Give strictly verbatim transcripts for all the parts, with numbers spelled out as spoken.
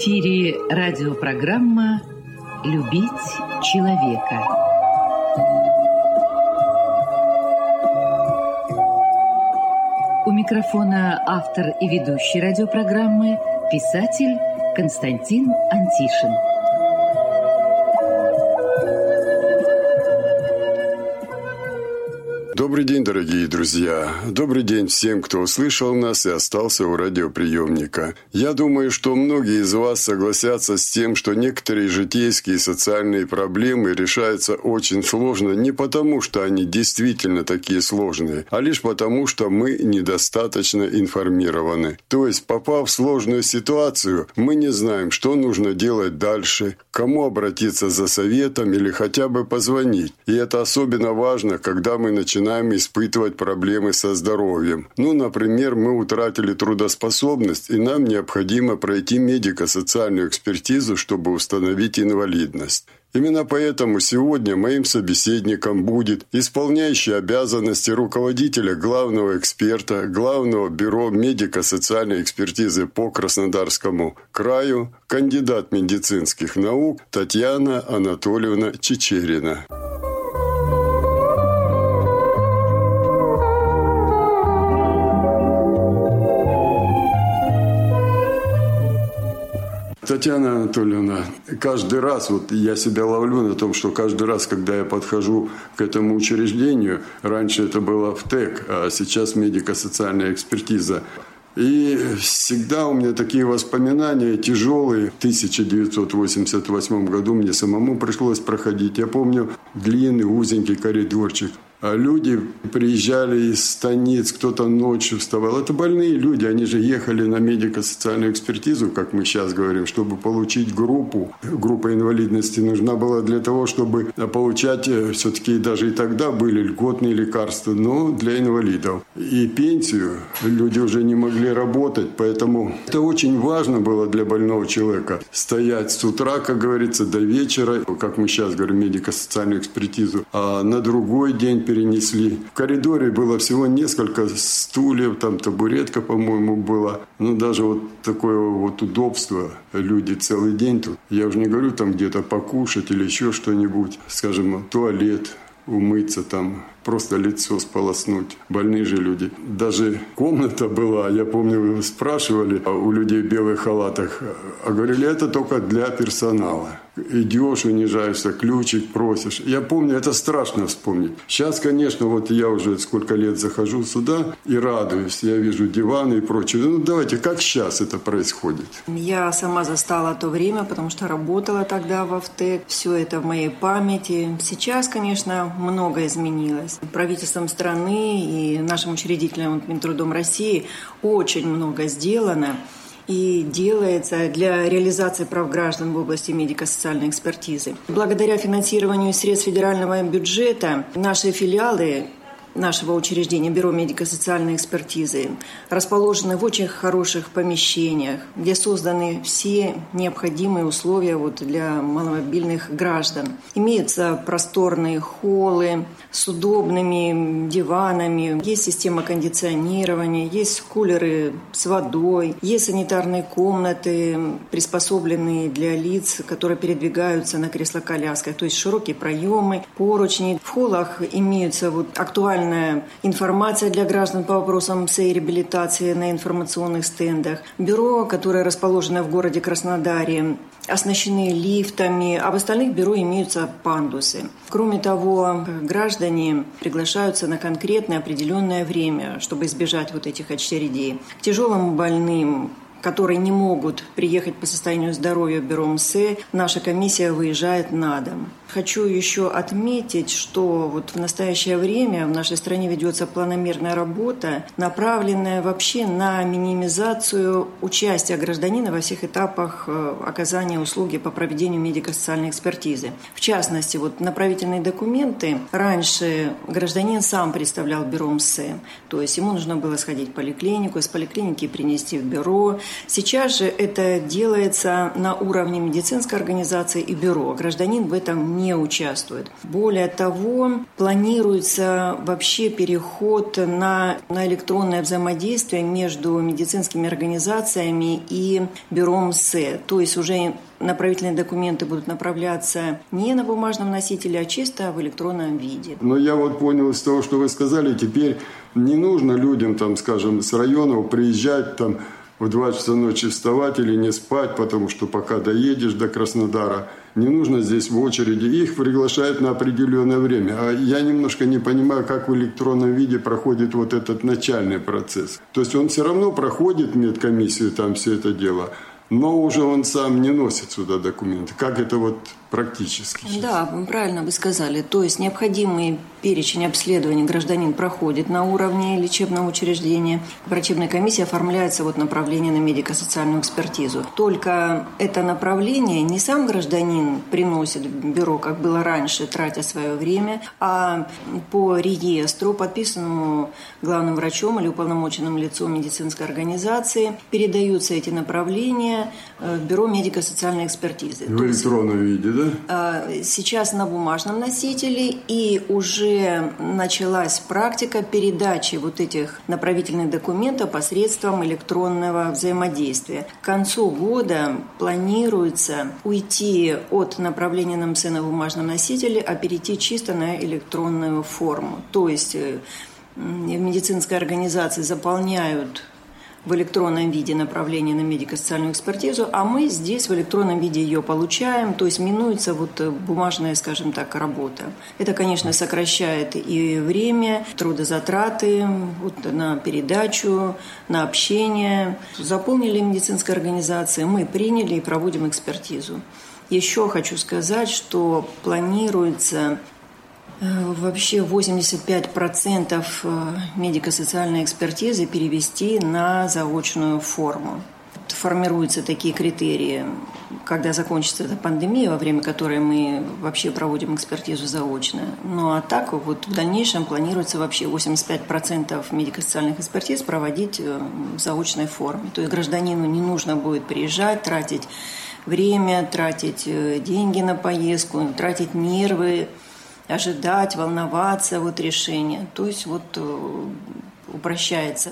эфире радиопрограмма «Любить человека». У микрофона автор и ведущий радиопрограммы, писатель Константин Антишин. Добрый день, дорогие друзья. Добрый день всем, кто услышал нас и остался у радиоприемника. Я думаю, что многие из вас согласятся с тем, что некоторые житейские и социальные проблемы решаются очень сложно не потому, что они действительно такие сложные, а лишь потому, что мы недостаточно информированы. То есть, попав в сложную ситуацию, мы не знаем, что нужно делать дальше, к кому обратиться за советом или хотя бы позвонить. И это особенно важно, когда мы начинаем начинаем испытывать проблемы со здоровьем. Ну, например, мы утратили трудоспособность, и нам необходимо пройти медико-социальную экспертизу, чтобы установить инвалидность. Именно поэтому сегодня моим собеседником будет исполняющий обязанности руководителя главного эксперта Главного бюро медико-социальной экспертизы по Краснодарскому краю, кандидат медицинских наук Татьяна Анатольевна Чечерина. Татьяна Анатольевна, каждый раз, вот я себя ловлю на том, что каждый раз, когда я подхожу к этому учреждению, раньше это было ВТЭК, а сейчас медико-социальная экспертиза, и всегда у меня такие воспоминания тяжелые. В тысяча девятьсот восемьдесят восьмом году мне самому пришлось проходить. Я помню длинный узенький коридорчик. А люди приезжали из станиц, кто-то ночью вставал. Это больные люди, они же ехали на медико-социальную экспертизу, как мы сейчас говорим, чтобы получить группу. Группа инвалидности нужна была для того, чтобы получать, все-таки даже и тогда были льготные лекарства, но для инвалидов. И пенсию люди уже не могли работать, поэтому это очень важно было для больного человека. Стоять с утра, как говорится, до вечера, как мы сейчас говорим, медико-социальную экспертизу, а на другой день перенесли. В коридоре было всего несколько стульев, там табуретка, по-моему, была. Ну, даже вот такое вот удобство. Люди целый день тут. Я уже не говорю там где-то покушать или еще что-нибудь. Скажем, туалет, умыться там, просто лицо сполоснуть. Больные же люди. Даже комната была, я помню, вы спрашивали у людей в белых халатах, а говорили, это только для персонала. Идешь, унижаешься, ключик просишь. Я помню, это страшно вспомнить. Сейчас, конечно, вот я уже сколько лет захожу сюда и радуюсь. Я вижу диваны и прочее. Ну, давайте, как сейчас это происходит? Я сама застала то время, потому что работала тогда во ВТЭК. Все это в моей памяти. Сейчас, конечно, много изменилось. Правительством страны и нашим учредителем Минтрудом России очень много сделано и делается для реализации прав граждан в области медико-социальной экспертизы. Благодаря финансированию средств федерального бюджета наши филиалы нашего учреждения Бюро медико-социальной экспертизы расположены в очень хороших помещениях, где созданы все необходимые условия вот для маломобильных граждан. Имеются просторные холлы с удобными диванами, есть система кондиционирования, есть кулеры с водой, есть санитарные комнаты, приспособленные для лиц, которые передвигаются на кресло-колясках, то есть широкие проемы, поручни. В холлах имеются вот актуальные информация для граждан по вопросам МСЭ и реабилитации на информационных стендах. Бюро, которое расположено в городе Краснодаре, оснащены лифтами, а в остальных бюро имеются пандусы. Кроме того, граждане приглашаются на конкретное определенное время, чтобы избежать вот этих очередей. К тяжелым больным, которые не могут приехать по состоянию здоровья в бюро МСЭ, наша комиссия выезжает на дом. Хочу еще отметить, что вот в настоящее время в нашей стране ведется планомерная работа, направленная вообще на минимизацию участия гражданина во всех этапах оказания услуги по проведению медико-социальной экспертизы. В частности, вот направительные документы раньше гражданин сам представлял бюро МСЭ, то есть ему нужно было сходить в поликлинику, из поликлиники принести в бюро, Сейчас же это делается на уровне медицинской организации и бюро. Гражданин в этом не участвует. Более того, планируется вообще переход на, на электронное взаимодействие между медицинскими организациями и бюро МСЭ. То есть уже направительные документы будут направляться не на бумажном носителе, а чисто в электронном виде. Но я вот понял из того, что вы сказали, теперь не нужно людям, там, скажем, с районов приезжать там в два часа ночи вставать или не спать, потому что пока доедешь до Краснодара, не нужно здесь в очереди. Их приглашают на определенное время. А я немножко не понимаю, как в электронном виде проходит вот этот начальный процесс. То есть он все равно проходит медкомиссию, там все это дело, но уже он сам не носит сюда документы. Как это вот практически сейчас? Да, правильно вы сказали. То есть необходимый перечень обследований гражданин проходит на уровне лечебного учреждения. Врачебная комиссия оформляется вот направление на медико-социальную экспертизу. Только это направление не сам гражданин приносит в бюро, как было раньше, тратя свое время, а по реестру, подписанному главным врачом или уполномоченным лицом медицинской организации, передаются эти направления в бюро медико-социальной экспертизы. В электронном виде, да? Сейчас на бумажном носителе, и уже началась практика передачи вот этих направительных документов посредством электронного взаимодействия. К концу года планируется уйти от направления на МСЭ на бумажном носителе, а перейти чисто на электронную форму. То есть в медицинской организации заполняют в электронном виде направление на медико-социальную экспертизу, а мы здесь в электронном виде ее получаем, то есть минуется вот бумажная, скажем так, работа. Это, конечно, сокращает и время, трудозатраты вот, на передачу, на общение. Заполнили медицинской организации, мы приняли и проводим экспертизу. Еще хочу сказать, что планируется вообще восемьдесят пять процентов медико-социальной экспертизы перевести на заочную форму. Формируются такие критерии, когда закончится эта пандемия, во время которой мы вообще проводим экспертизу заочно. Ну а так вот в дальнейшем планируется вообще восемьдесят пять процентов медико-социальных экспертиз проводить в заочной форме. То есть гражданину не нужно будет приезжать, тратить время, тратить деньги на поездку, тратить нервы, ожидать, волноваться вот решения. То есть вот упрощается.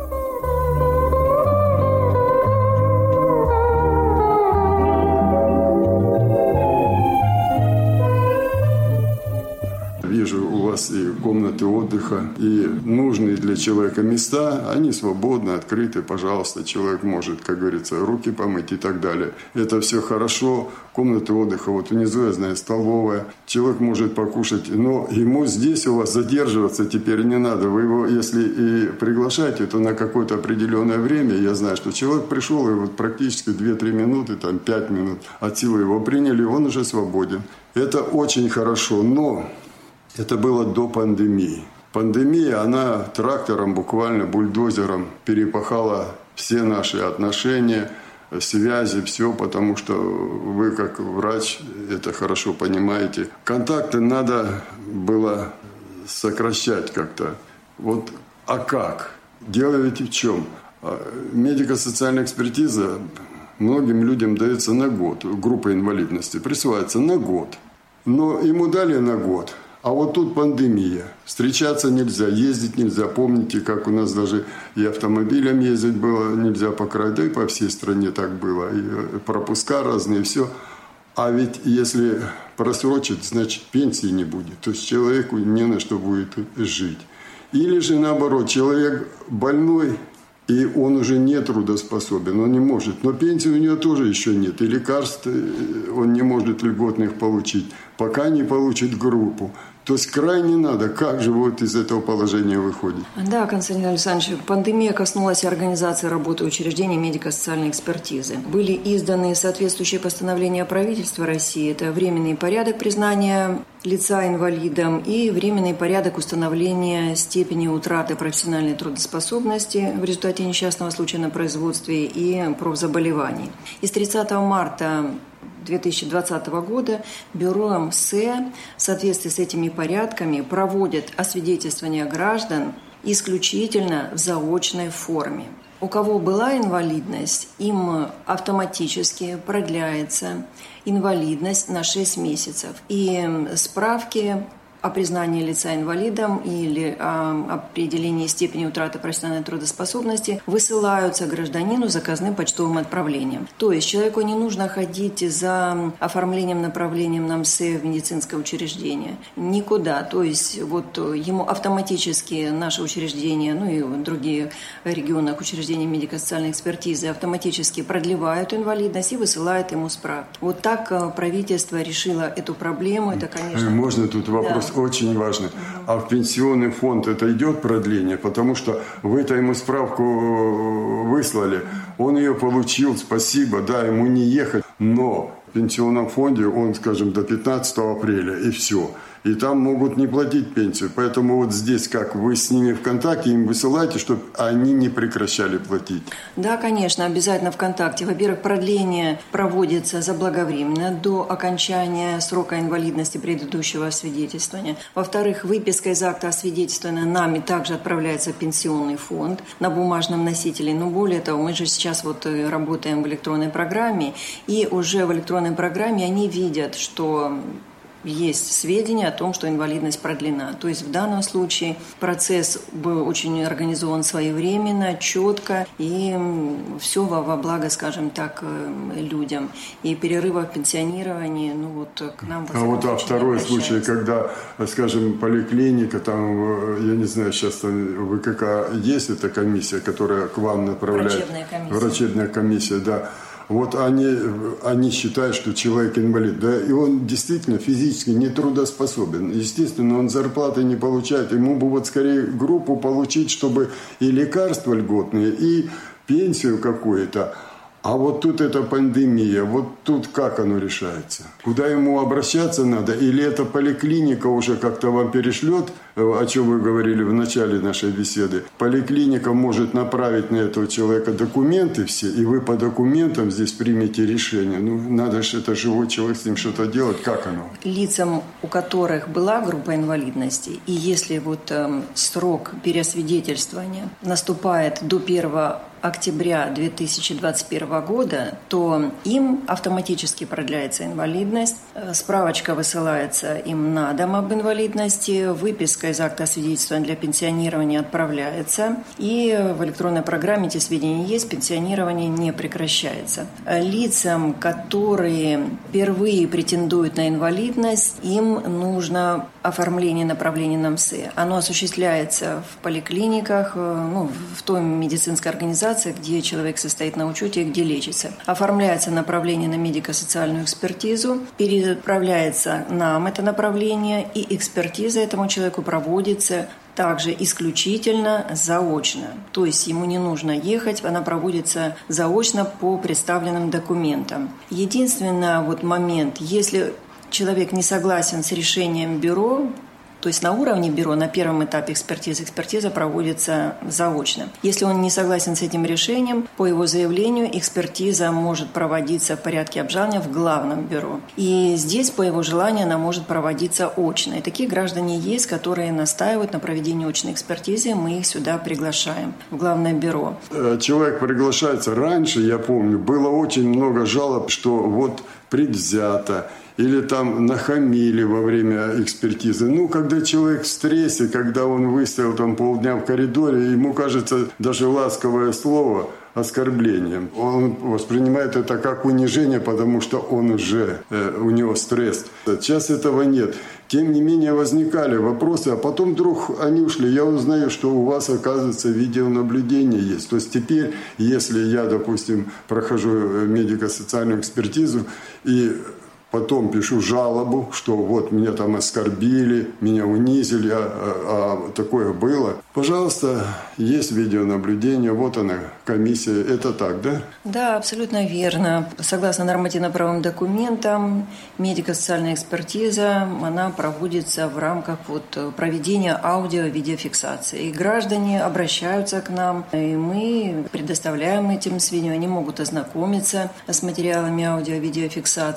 Вижу, у вас и комнаты отдыха, и нужные для человека места, они свободны, открыты, пожалуйста, человек может, как говорится, руки помыть и так далее. Это все хорошо, комнаты отдыха, вот внизу, я знаю, столовая, человек может покушать, но ему здесь у вас задерживаться теперь не надо. Вы его, если и приглашаете, то на какое-то определенное время, я знаю, что человек пришел, и вот практически две-три минуты, там пять минут от силы его приняли, он уже свободен. Это очень хорошо, но это было до пандемии. Пандемия, она трактором, буквально бульдозером перепахала все наши отношения, связи, все, потому что вы, как врач, это хорошо понимаете. Контакты надо было сокращать как-то. Вот, а как? Дело ведь в чем? Медико-социальная экспертиза многим людям дается на год. Группа инвалидности присваивается на год. Но ему дали на год. А вот тут пандемия. Встречаться нельзя, ездить нельзя. Помните, как у нас даже и автомобилем ездить было нельзя по краю, да и по всей стране так было. И пропуска разные, все. А ведь если просрочить, значит пенсии не будет. То есть человеку не на что будет жить. Или же наоборот, человек больной, и он уже не трудоспособен, он не может. Но пенсии у него тоже еще нет. И лекарств он не может льготных получить, пока не получит группу. То есть крайне надо. Как же вот из этого положения выходит? Да, Константин Александрович, пандемия коснулась и организации работы учреждений медико-социальной экспертизы. Были изданы соответствующие постановления правительства России. Это временный порядок признания лица инвалидом и временный порядок установления степени утраты профессиональной трудоспособности в результате несчастного случая на производстве и профзаболеваний. И с тридцатого марта две тысячи двадцатого года Бюро МСЭ в соответствии с этими порядками проводит освидетельствование граждан исключительно в заочной форме. У кого была инвалидность, им автоматически продляется инвалидность на шесть месяцев. И справки о признании лица инвалидом или о определении степени утраты профессиональной трудоспособности высылаются гражданину заказным почтовым отправлением. То есть человеку не нужно ходить за оформлением направлением на МСЭ в медицинское учреждение. Никуда. То есть вот ему автоматически наше учреждение, ну и в других регионах учреждения медико-социальной экспертизы автоматически продлевают инвалидность и высылают ему справки. Вот так правительство решило эту проблему. Это, конечно... Можно тут вопрос? Да. Очень важно. А в пенсионный фонд это идет продление? Потому что вы-то ему справку выслали, он ее получил, спасибо, да, ему не ехать. Но в пенсионном фонде он, скажем, до пятнадцатого апреля, и все. И там могут не платить пенсию. Поэтому вот здесь, как вы с ними в контакте, им высылаете, чтобы они не прекращали платить. Да, конечно, обязательно в контакте. Во-первых, продление проводится заблаговременно до окончания срока инвалидности предыдущего освидетельствования. Во-вторых, выписка из акта освидетельствования нами также отправляется в пенсионный фонд на бумажном носителе. Но более того, мы же сейчас вот работаем в электронной программе, и уже в электронной программе они видят, что есть сведения о том, что инвалидность продлена. То есть в данном случае процесс был очень организован своевременно, четко и все во, во благо, скажем так, людям. И перерыва в пенсионировании, ну вот к нам... А вот а второй случай, когда, скажем, поликлиника, там, я не знаю, сейчас в ВКК есть эта комиссия, которая к вам направляет? Врачебная комиссия. Врачебная комиссия, да. Вот они, они считают, что человек инвалид, да, и он действительно физически нетрудоспособен. Естественно, он зарплаты не получает. Ему бы вот скорее группу получить, чтобы и лекарства льготные, и пенсию какую-то. А вот тут эта пандемия, вот тут как оно решается? Куда ему обращаться надо? Или эта поликлиника уже как-то вам перешлет, о чем вы говорили в начале нашей беседы? Поликлиника может направить на этого человека документы все, и вы по документам здесь примете решение. Ну, надо же, это живой человек, с ним что-то делать. Как оно? Лицам, у которых была группа инвалидности, и если вот э, срок переосвидетельствования наступает до первого октября две тысячи двадцать первого года, то им автоматически продляется инвалидность, справочка высылается им на дом об инвалидности, выписка из акта свидетельствования для пенсионирования отправляется, и в электронной программе эти сведения есть, пенсионирование не прекращается. Лицам, которые впервые претендуют на инвалидность, им нужно оформление направления на МСЭ. Оно осуществляется в поликлиниках, ну, в той медицинской организации, где человек состоит на учете и где лечится. Оформляется направление на медико-социальную экспертизу, переправляется нам это направление, и экспертиза этому человеку проводится также исключительно заочно. То есть ему не нужно ехать, она проводится заочно по представленным документам. Единственный вот момент, если человек не согласен с решением бюро, то есть на уровне бюро, на первом этапе экспертизы, экспертиза проводится заочно. Если он не согласен с этим решением, по его заявлению экспертиза может проводиться в порядке обжалования в главном бюро. И здесь, по его желанию, она может проводиться очно. И такие граждане есть, которые настаивают на проведении очной экспертизы, мы их сюда приглашаем в главное бюро. Человек приглашается. Раньше, я помню, было очень много жалоб, что вот предвзято, или там нахамили во время экспертизы. Ну, когда человек в стрессе, когда он выстоял там полдня в коридоре, ему кажется даже ласковое слово оскорблением. Он воспринимает это как унижение, потому что он уже, э, у него стресс. Сейчас этого нет. Тем не менее возникали вопросы, а потом вдруг они ушли. Я узнаю, что у вас, оказывается, видеонаблюдение есть. То есть теперь, если я, допустим, прохожу медико-социальную экспертизу и потом пишу жалобу, что вот меня там оскорбили, меня унизили, а, а, а такое было. Пожалуйста, есть видеонаблюдение, вот она, комиссия. Это так, да? Да, абсолютно верно. Согласно нормативно-правовым документам, медико-социальная экспертиза, она проводится в рамках вот проведения аудио-видеофиксации. И граждане обращаются к нам, и мы предоставляем этим сведения, они могут ознакомиться с материалами аудио-видеофиксации.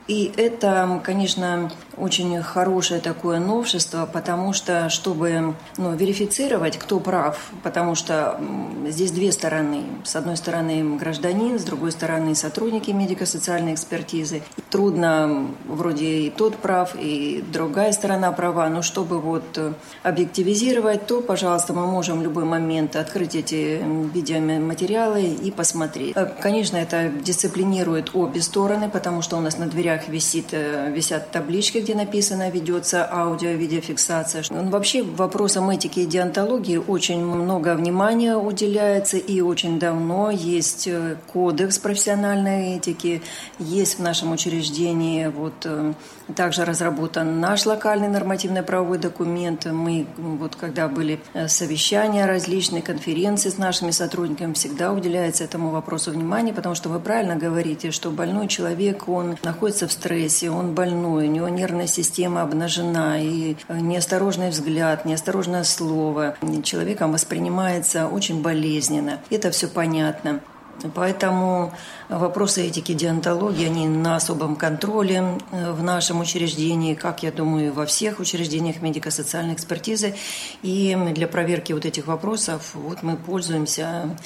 И это, конечно, очень хорошее такое новшество, потому что, чтобы ну, верифицировать, кто прав, потому что здесь две стороны. С одной стороны гражданин, с другой стороны сотрудники медико-социальной экспертизы. Трудно, вроде и тот прав, и другая сторона права, но чтобы вот объективизировать, то, пожалуйста, мы можем в любой момент открыть эти видеоматериалы и посмотреть. Конечно, это дисциплинирует обе стороны, потому что у нас на дверях Висит, висят таблички, где написано «ведется аудио-видеофиксация». Вообще вопросам этики и деонтологии очень много внимания уделяется, и очень давно есть кодекс профессиональной этики, есть в нашем учреждении, вот, также разработан наш локальный нормативно-правовой документ. Мы, вот, когда были совещания различные, конференции с нашими сотрудниками, всегда уделяется этому вопросу внимания, потому что вы правильно говорите, что больной человек, он находится в стрессе, он больной, у него нервная система обнажена, и неосторожный взгляд, неосторожное слово человеком воспринимается очень болезненно. Это все понятно. Поэтому вопросы этики и деонтологии, они на особом контроле в нашем учреждении, как, я думаю, во всех учреждениях медико-социальной экспертизы. И для проверки вот этих вопросов вот мы пользуемся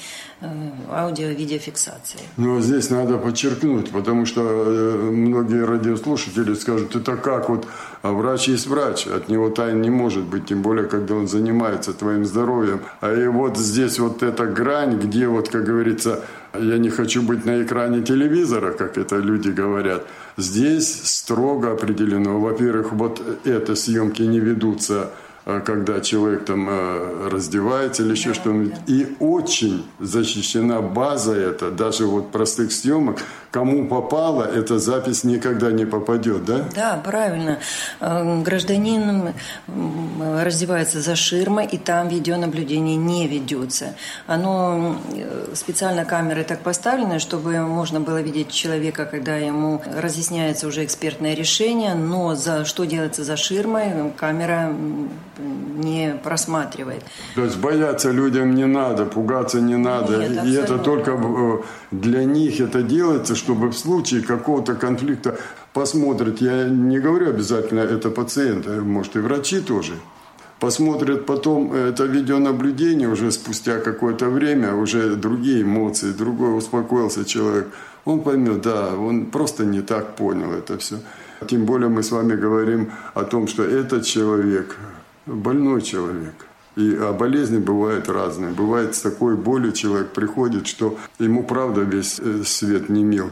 аудио-видеофиксацией. Ну, здесь надо подчеркнуть, потому что многие радиослушатели скажут, это как вот врач есть врач, от него тайн не может быть, тем более, когда он занимается твоим здоровьем. А и вот здесь вот эта грань, где вот, как говорится, я не хочу быть на экране телевизора, как это люди говорят. Здесь строго определено. Во-первых, вот это съемки не ведутся, когда человек там раздевается или еще да, что-нибудь. Да. И очень защищена база эта, даже вот простых съемок. Кому попало, эта запись никогда не попадет, да? Да, правильно. Гражданин раздевается за ширмой, и там видеонаблюдение не ведется. Оно специально камеры так поставлены, чтобы можно было видеть человека, когда ему разъясняется уже экспертное решение, но за что делается за ширмой, камера не просматривает. То есть бояться людям не надо, пугаться не надо. Нет, и это только для них это делается, чтобы в случае какого-то конфликта посмотрят. Я не говорю обязательно это пациенты, может и врачи тоже. Посмотрят потом это видеонаблюдение уже спустя какое-то время, уже другие эмоции, другой успокоился человек. Он поймет, да, он просто не так понял это все. Тем более мы с вами говорим о том, что этот человек больной человек. И а болезни бывают разные. Бывает с такой болью человек приходит, что ему правда весь свет не мил.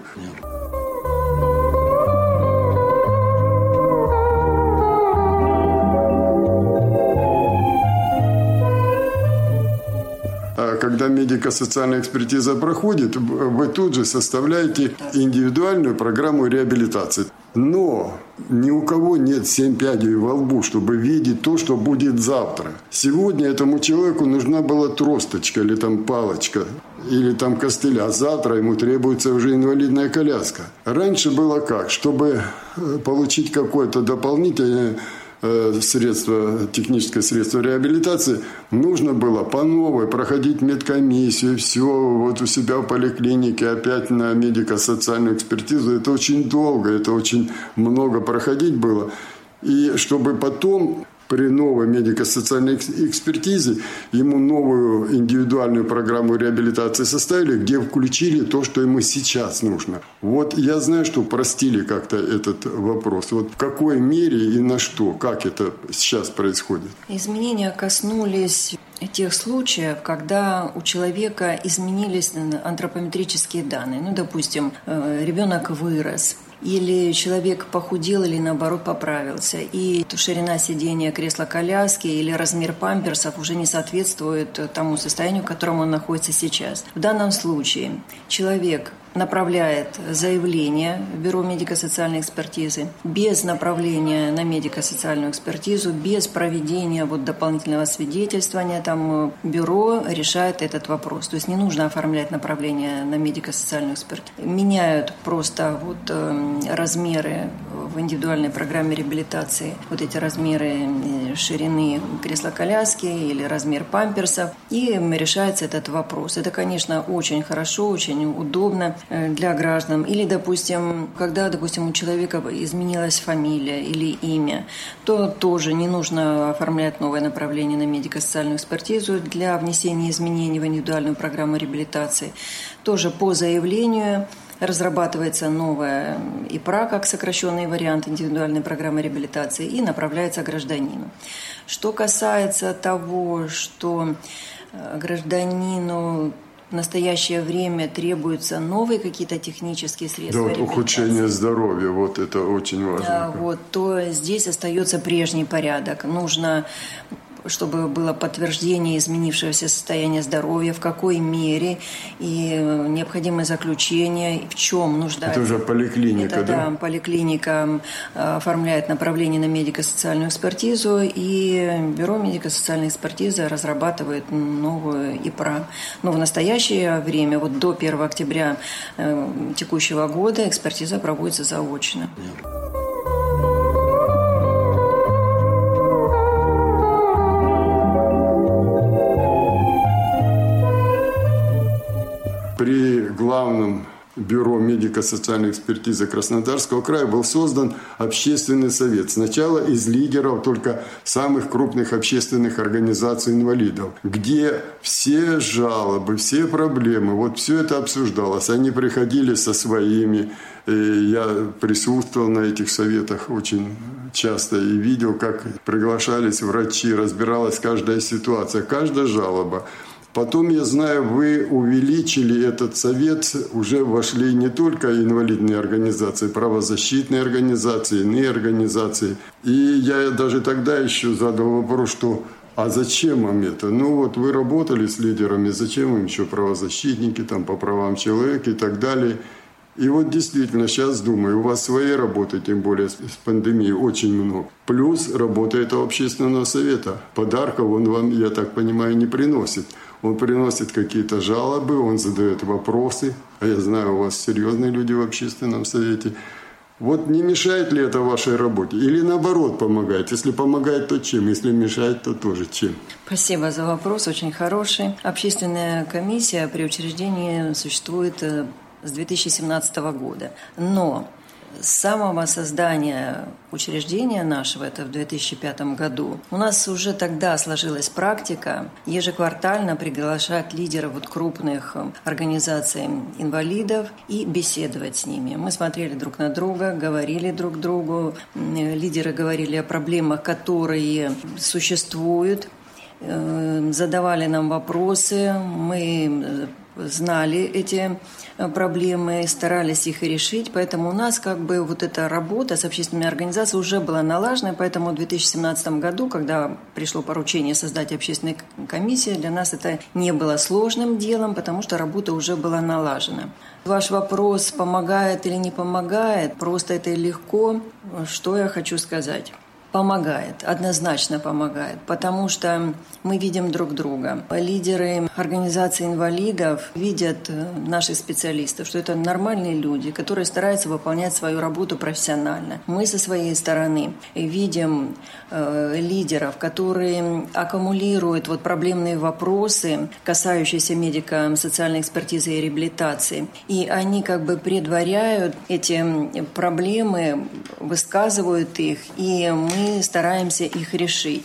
Когда медико-социальная экспертиза проходит, вы тут же составляете индивидуальную программу реабилитации. Но ни у кого нет семь пядей во лбу, чтобы видеть то, что будет завтра. Сегодня этому человеку нужна была тросточка или там палочка, или там костыль, а завтра ему требуется уже инвалидная коляска. Раньше было как? Чтобы получить какое-то дополнительное средство, техническое средство реабилитации, нужно было по новой проходить медкомиссию, все вот у себя в поликлинике, опять на медико-социальную экспертизу. Это очень долго, это очень много проходить было. И чтобы потом при новой медико-социальной экспертизе ему новую индивидуальную программу реабилитации составили, где включили то, что ему сейчас нужно. Вот я знаю, что упростили как-то этот вопрос. Вот в какой мере и на что, как это сейчас происходит? Изменения коснулись тех случаев, когда у человека изменились антропометрические данные. Ну, допустим, ребенок вырос, или человек похудел, или наоборот поправился, и ширина сидения кресла-коляски или размер памперсов уже не соответствует тому состоянию, в котором он находится сейчас. В данном случае человек направляет заявление в Бюро медико-социальной экспертизы без направления на медико-социальную экспертизу, без проведения вот дополнительного свидетельствования, там бюро решает этот вопрос. То есть не нужно оформлять направление на медико-социальную экспертизу. Меняют просто вот размеры в индивидуальной программе реабилитации вот эти размеры ширины кресла-коляски или размер памперсов, и решается этот вопрос. Это, конечно, очень хорошо, очень удобно для граждан. Или, допустим, когда, допустим, у человека изменилась фамилия или имя, то тоже не нужно оформлять новое направление на медико-социальную экспертизу для внесения изменений в индивидуальную программу реабилитации. Тоже по заявлению разрабатывается новая ИПРА, как сокращенный вариант индивидуальной программы реабилитации, и направляется гражданину. Что касается того, что гражданину в настоящее время требуются новые какие-то технические средства. Да, вот ухудшение здоровья, вот это очень важно. Да, вот, то здесь остается прежний порядок. Нужно, чтобы было подтверждение изменившегося состояния здоровья, в какой мере, и необходимое заключение, в чем нуждается. Это уже поликлиника, это, да? Да, поликлиника оформляет направление на медико-социальную экспертизу, и Бюро медико-социальной экспертизы разрабатывает новую ИПРА. Но в настоящее время, вот до первого октября текущего года, экспертиза проводится заочно. При главном бюро медико-социальной экспертизы Краснодарского края был создан общественный совет. Сначала из лидеров только самых крупных общественных организаций инвалидов, где все жалобы, все проблемы, вот все это обсуждалось. Они приходили со своими. И я присутствовал на этих советах очень часто и видел, как приглашались врачи, разбиралась каждая ситуация, каждая жалоба. Потом, я знаю, вы увеличили этот совет, уже вошли не только инвалидные организации, правозащитные организации, иные организации. И я даже тогда еще задал вопрос, что а зачем им это? Ну вот вы работали с лидерами, зачем им еще правозащитники там, по правам человека и так далее. И вот действительно, сейчас думаю, у вас своей работы, тем более с пандемией, очень много. Плюс работа этого общественного совета. Подарков он вам, я так понимаю, не приносит. Он приносит какие-то жалобы, он задает вопросы. А я знаю, у вас серьезные люди в общественном совете. Вот не мешает ли это вашей работе? Или наоборот помогает? Если помогает, то чем? Если мешает, то тоже чем? Спасибо за вопрос, очень хороший. Общественная комиссия при учреждении существует с две тысячи семнадцатого года. Но с самого создания учреждения нашего, это в две тысячи пятом году, у нас уже тогда сложилась практика ежеквартально приглашать лидеров вот крупных организаций инвалидов и беседовать с ними. Мы смотрели друг на друга, говорили друг другу, лидеры говорили о проблемах, которые существуют, задавали нам вопросы, мы знали эти проблемы, старались их и решить, поэтому у нас как бы вот эта работа с общественными организациями уже была налажена, поэтому в две тысячи семнадцатом году, когда пришло поручение создать общественную комиссию, для нас это не было сложным делом, потому что работа уже была налажена. Ваш вопрос, помогает или не помогает, просто это легко, что я хочу сказать. Помогает, однозначно помогает, потому что мы видим друг друга. Лидеры организации инвалидов видят наших специалистов, что это нормальные люди, которые стараются выполнять свою работу профессионально. Мы со своей стороны видим э, лидеров, которые аккумулируют вот проблемные вопросы, касающиеся медико-социальной экспертизы и реабилитации. И они как бы предваряют эти проблемы, высказывают их, и мы Мы стараемся их решить.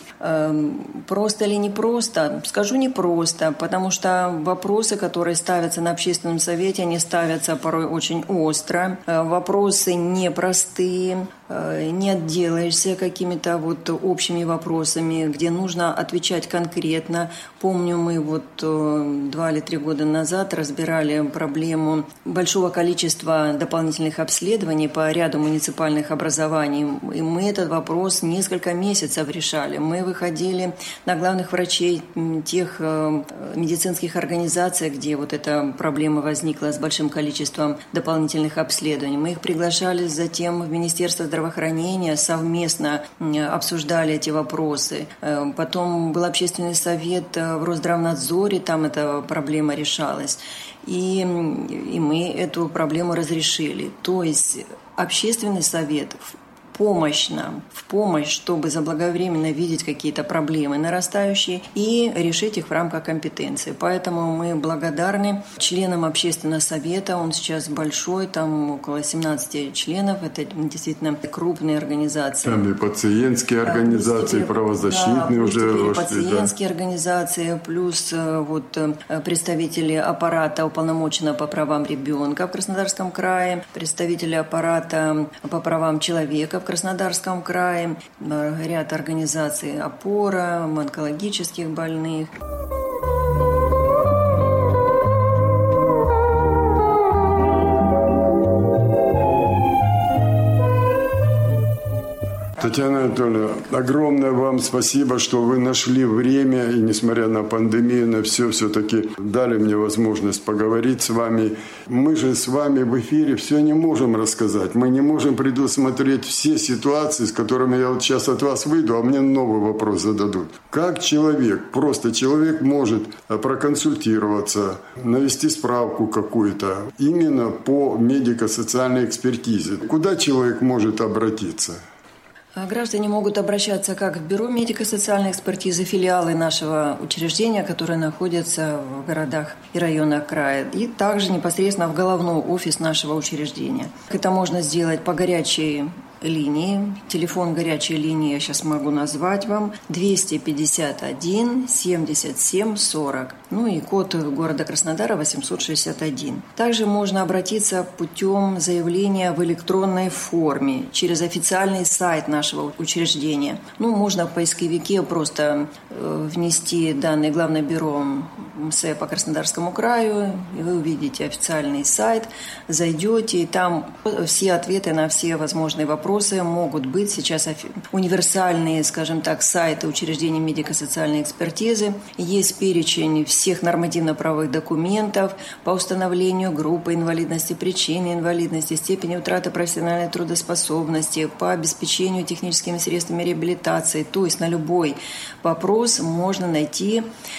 Просто или не просто? Скажу не просто, потому что вопросы, которые ставятся на общественном совете, они ставятся порой очень остро. Вопросы непростые, не отделаешься какими-то вот общими вопросами, где нужно отвечать конкретно. Помню, мы вот два или три года назад разбирали проблему большого количества дополнительных обследований по ряду муниципальных образований, и мы этот вопрос несколько месяцев решали. Мы выходили на главных врачей тех медицинских организаций, где вот эта проблема возникла с большим количеством дополнительных обследований. Мы их приглашали затем в Министерство здравоохранения, совместно обсуждали эти вопросы. Потом был общественный совет в Росздравнадзоре, там эта проблема решалась. И, и мы эту проблему разрешили. То есть общественный совет помощь нам, в помощь, чтобы заблаговременно видеть какие-то проблемы нарастающие и решить их в рамках компетенции. Поэтому мы благодарны членам общественного совета. Он сейчас большой, там около семнадцати членов. Это действительно крупные организации. Там и пациентские организации, да, правозащитные, да, уже вошли. Пациентские, да, организации, плюс вот представители аппарата уполномоченного по правам ребенка в Краснодарском крае, представители аппарата по правам человека в Краснодарском крае, ряд организаций «Опора», онкологических больных. Татьяна Анатольевна, огромное вам спасибо, что вы нашли время и, несмотря на пандемию, на все, все-таки дали мне возможность поговорить с вами. Мы же с вами в эфире все не можем рассказать. Мы не можем предусмотреть все ситуации, с которыми я вот сейчас от вас выйду, а мне новый вопрос зададут. Как человек, просто человек может проконсультироваться, навести справку какую-то именно по медико-социальной экспертизе? Куда человек может обратиться? Граждане могут обращаться как в Бюро медико-социальной экспертизы, филиалы нашего учреждения, которые находятся в городах и районах края, и также непосредственно в головной офис нашего учреждения. Это можно сделать по горячей линии. Телефон горячей линии я сейчас могу назвать вам. двести пятьдесят один семьдесят семь сорок. Ну и код города Краснодара восемьсот шестьдесят один. Также можно обратиться путем заявления в электронной форме через официальный сайт нашего учреждения. Ну, можно в поисковике просто внести данные Главное бюро МСЭ по Краснодарскому краю, и вы увидите официальный сайт, зайдете, и там все ответы на все возможные вопросы могут быть. Сейчас универсальные, скажем так, сайты учреждений медико-социальной экспертизы. Есть перечень всех нормативно-правовых документов по установлению группы инвалидности, причины инвалидности, степени утраты профессиональной трудоспособности, по обеспечению техническими средствами реабилитации. То есть на любой вопрос можно найти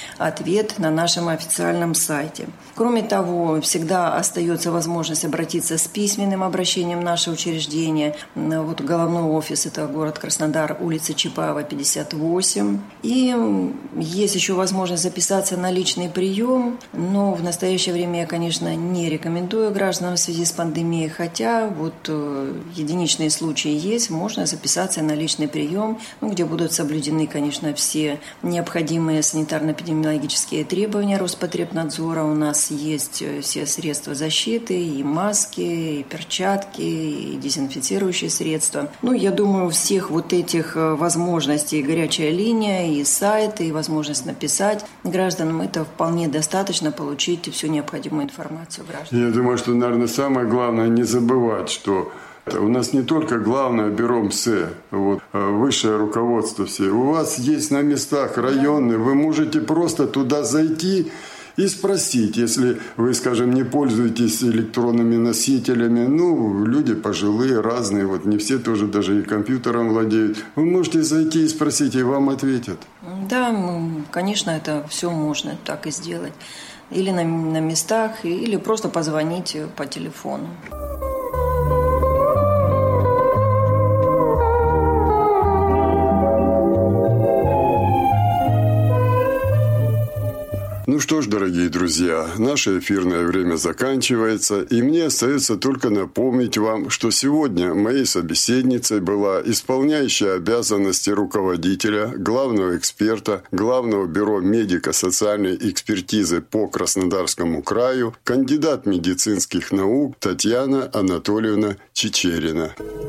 ответ на нашем официальном сайте. Кроме того, всегда остается возможность обратиться с письменным обращением в наше учреждение. Вот головной офис – это город Краснодар, улица Чапаева, пятьдесят восемь. И есть еще возможность записаться на личный прием, но в настоящее время я, конечно, не рекомендую гражданам в связи с пандемией, хотя вот единичные случаи есть, можно записаться на личный прием, ну, где будут соблюдены, конечно, все необходимые санитарно-эпидемиологические требования Роспотребнадзора. У нас есть все средства защиты, и маски, и перчатки, и дезинфицирующие средства. Ну, я думаю, всех вот этих возможностей, горячая линия, и сайт, и возможность написать гражданам, это вполне достаточно получить всю необходимую информацию граждан. Я думаю, что, наверное, самое главное не забывать, что у нас не только главное бюро МСЭ, вот, высшее руководство все. У вас есть на местах районы, вы можете просто туда зайти и спросить, если вы, скажем, не пользуетесь электронными носителями, ну, люди пожилые, разные, вот не все тоже даже и компьютером владеют, вы можете зайти и спросить, и вам ответят. Да, конечно, это все можно так и сделать. Или на, на местах, или просто позвонить по телефону. Ну что ж, дорогие друзья, наше эфирное время заканчивается, и мне остается только напомнить вам, что сегодня моей собеседницей была исполняющая обязанности руководителя, главного эксперта, Главного бюро медико-социальной экспертизы по Краснодарскому краю, кандидат медицинских наук Татьяна Анатольевна Чичерина.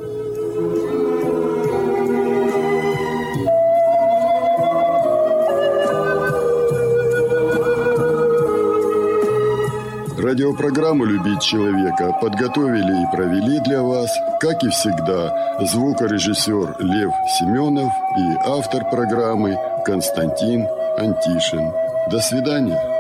Радиопрограмму «Любить человека» подготовили и провели для вас, как и всегда, звукорежиссер Лев Семенов и автор программы Константин Антишин. До свидания.